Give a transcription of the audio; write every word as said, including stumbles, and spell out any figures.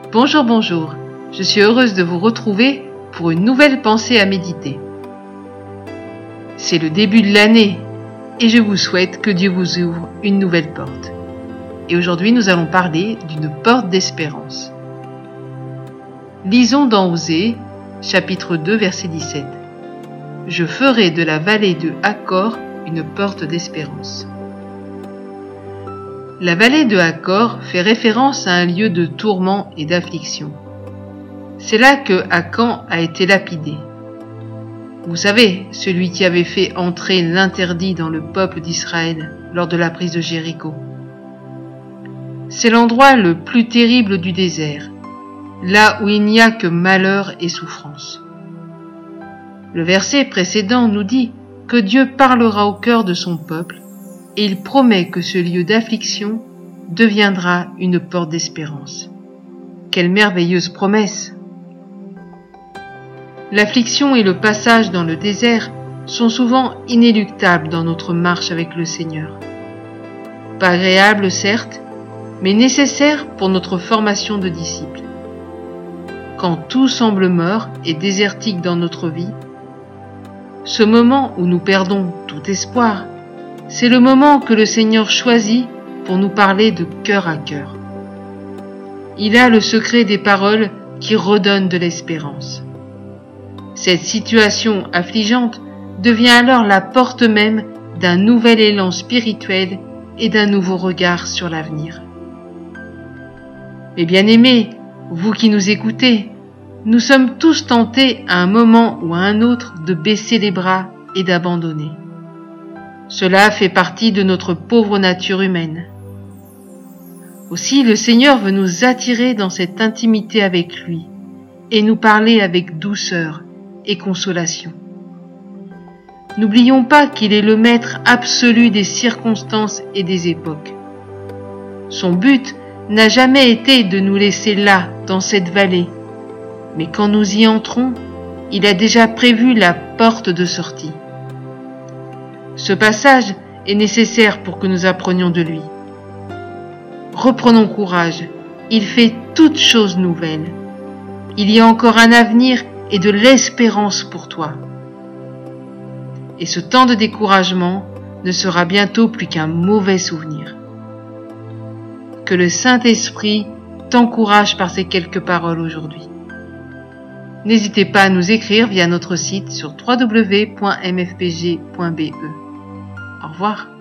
Bonjour, bonjour, je suis heureuse de vous retrouver pour une nouvelle pensée à méditer. C'est le début de l'année et je vous souhaite que Dieu vous ouvre une nouvelle porte. Et aujourd'hui nous allons parler d'une porte d'espérance. Lisons dans Osée, chapitre deux, verset dix-sept. Je ferai de la vallée de Accor une porte d'espérance. La vallée de Accor fait référence à un lieu de tourment et d'affliction. C'est là que Akan a été lapidé. Vous savez, celui qui avait fait entrer l'interdit dans le peuple d'Israël lors de la prise de Jéricho. C'est l'endroit le plus terrible du désert, là où il n'y a que malheur et souffrance. Le verset précédent nous dit que Dieu parlera au cœur de son peuple et il promet que ce lieu d'affliction deviendra une porte d'espérance. Quelle merveilleuse promesse! L'affliction et le passage dans le désert sont souvent inéluctables dans notre marche avec le Seigneur. Pas agréables, certes, mais nécessaires pour notre formation de disciples. Quand tout semble mort et désertique dans notre vie, ce moment où nous perdons tout espoir, c'est le moment que le Seigneur choisit pour nous parler de cœur à cœur. Il a le secret des paroles qui redonnent de l'espérance. Cette situation affligeante devient alors la porte même d'un nouvel élan spirituel et d'un nouveau regard sur l'avenir. Mes bien-aimés, vous qui nous écoutez, nous sommes tous tentés à un moment ou à un autre de baisser les bras et d'abandonner. Cela fait partie de notre pauvre nature humaine. Aussi, le Seigneur veut nous attirer dans cette intimité avec lui et nous parler avec douceur et consolation. N'oublions pas qu'il est le maître absolu des circonstances et des époques. Son but n'a jamais été de nous laisser là, dans cette vallée, mais quand nous y entrons, il a déjà prévu la porte de sortie. Ce passage est nécessaire pour que nous apprenions de lui. Reprenons courage, il fait toutes choses nouvelles. Il y a encore un avenir et de l'espérance pour toi. Et ce temps de découragement ne sera bientôt plus qu'un mauvais souvenir. Que le Saint-Esprit t'encourage par ces quelques paroles aujourd'hui. N'hésitez pas à nous écrire via notre site sur w w w point m f p g point b e. Au revoir.